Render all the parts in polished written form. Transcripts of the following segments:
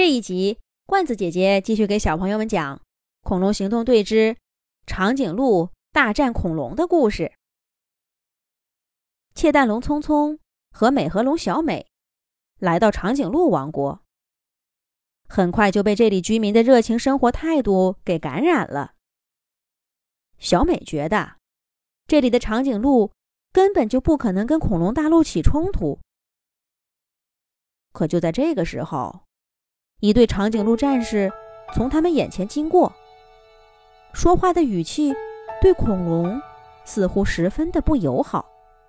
这一集，罐子姐姐继续给小朋友们讲《恐龙行动队之长颈鹿大战恐龙》的故事。窃蛋龙聪聪和美颌龙小美来到长颈鹿王国，很快就被这里居民的热情生活态度给感染了。小美觉得这里的长颈鹿根本就不可能跟恐龙大陆起冲突。可就在这个时候，一队长颈鹿战士从他们眼前经过，说话的语气对恐龙似乎十分的不友好。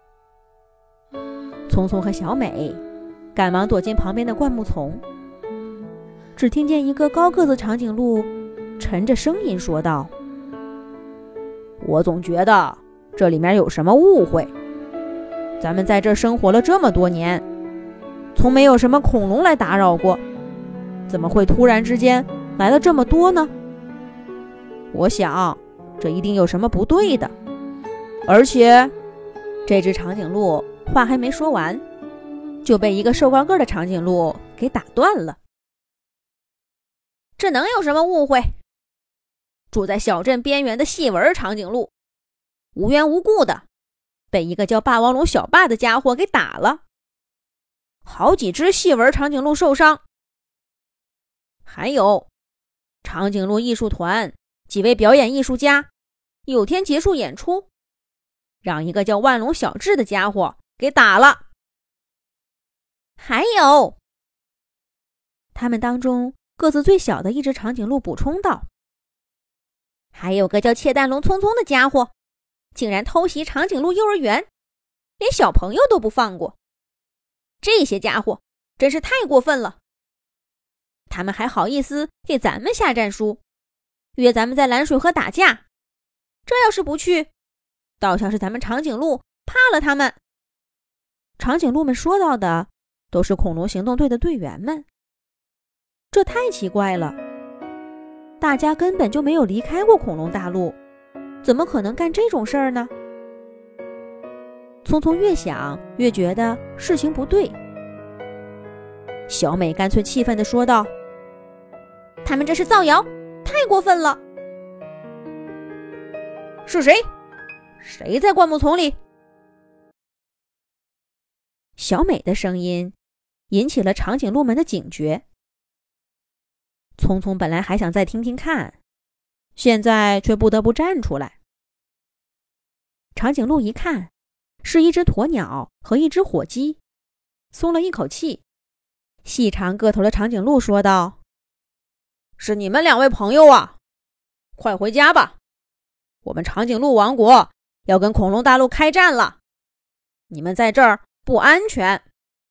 聪聪和小美赶忙躲进旁边的灌木丛，只听见一个高个子长颈鹿沉着声音说道：“我总觉得这里面有什么误会。咱们在这生活了这么多年，从没有什么恐龙来打扰过，怎么会突然之间来了这么多呢？我想这一定有什么不对的。而且这只长颈鹿话还没说完，就被一个瘦高个的长颈鹿给打断了。这能有什么误会？住在小镇边缘的细纹长颈鹿无缘无故的被一个叫霸王龙小霸的家伙给打了，好几只细纹长颈鹿受伤。还有长颈鹿艺术团几位表演艺术家有天结束演出，让一个叫万龙小智的家伙给打了。还有他们当中个子最小的一只长颈鹿补充道，还有个叫窃蛋龙聪聪的家伙竟然偷袭长颈鹿幼儿园，连小朋友都不放过。这些家伙真是太过分了，他们还好意思给咱们下战书，约咱们在蓝水河打架，这要是不去，倒像是咱们长颈鹿怕了他们。长颈鹿们说到的都是恐龙行动队的队员们，这太奇怪了，大家根本就没有离开过恐龙大陆，怎么可能干这种事儿呢？聪聪越想越觉得事情不对，小美干脆气愤地说道：“他们这是造谣，太过分了！是谁？谁在灌木丛里？”小美的声音引起了长颈鹿们的警觉。聪聪本来还想再听听看，现在却不得不站出来。长颈鹿一看是一只鸵鸟和一只火鸡，松了一口气。细长个头的长颈鹿说道：“是你们两位朋友啊，快回家吧，我们长颈鹿王国要跟恐龙大陆开战了，你们在这儿不安全。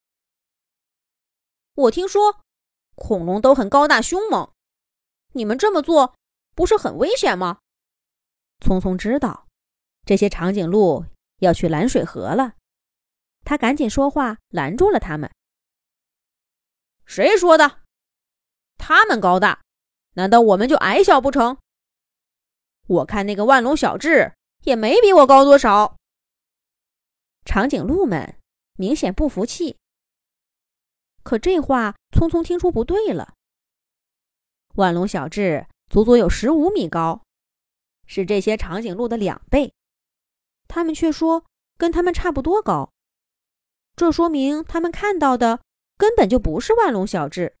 我听说恐龙都很高大凶猛，你们这么做不是很危险吗？”聪聪知道这些长颈鹿要去蓝水河了，他赶紧说话拦住了他们。谁说的？他们高大，难道我们就矮小不成？我看那个万龙小智也没比我高多少。长颈鹿们明显不服气，可这话聪聪听出不对了。万龙小智足足有15米高，是这些长颈鹿的2倍，他们却说跟他们差不多高，这说明他们看到的根本就不是万龙小智。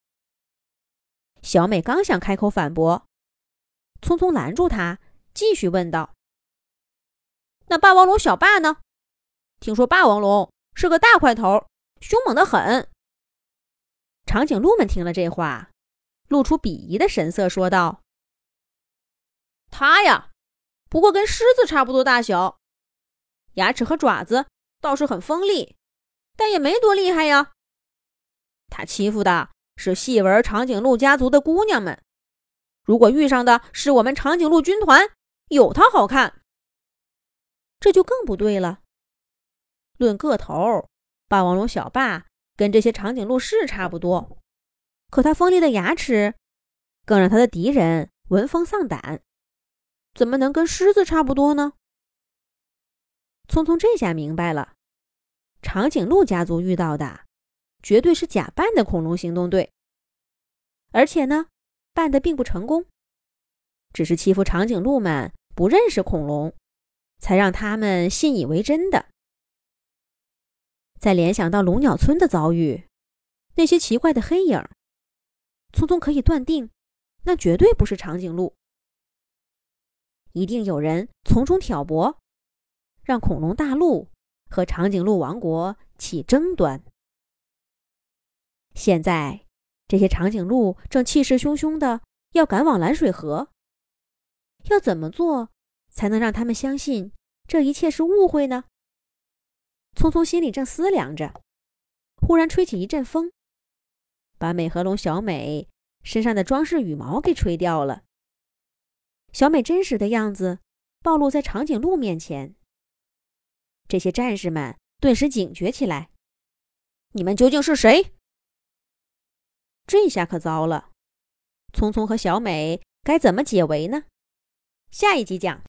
小美刚想开口反驳，聪聪拦住他，继续问道：“那霸王龙小霸呢？听说霸王龙是个大块头，凶猛得很。”长颈鹿们听了这话，露出鄙夷的神色，说道：“他呀，不过跟狮子差不多大小，牙齿和爪子倒是很锋利，但也没多厉害呀。他欺负的是细纹长颈鹿家族的姑娘们，如果遇上的是我们长颈鹿军团，有他好看。这就更不对了。论个头，霸王龙小霸跟这些长颈鹿是差不多，可他锋利的牙齿更让他的敌人闻风丧胆，怎么能跟狮子差不多呢？”聪聪这下明白了，长颈鹿家族遇到的绝对是假扮的恐龙行动队。 而且呢，办得并不成功，只是欺负长颈鹿们不认识恐龙，才让他们信以为真的。再联想到龙鸟村的遭遇，那些奇怪的黑影，聪聪可以断定，那绝对不是长颈鹿。一定有人从中挑拨，让恐龙大陆和长颈鹿王国起争端。现在，这些长颈鹿正气势汹汹地要赶往蓝水河。要怎么做才能让他们相信这一切是误会呢？聪聪心里正思量着，忽然吹起一阵风，把美颌龙小美身上的装饰羽毛给吹掉了。小美真实的样子暴露在长颈鹿面前。这些战士们顿时警觉起来：“你们究竟是谁？”这下可糟了，聪聪和小美该怎么解围呢？下一集讲。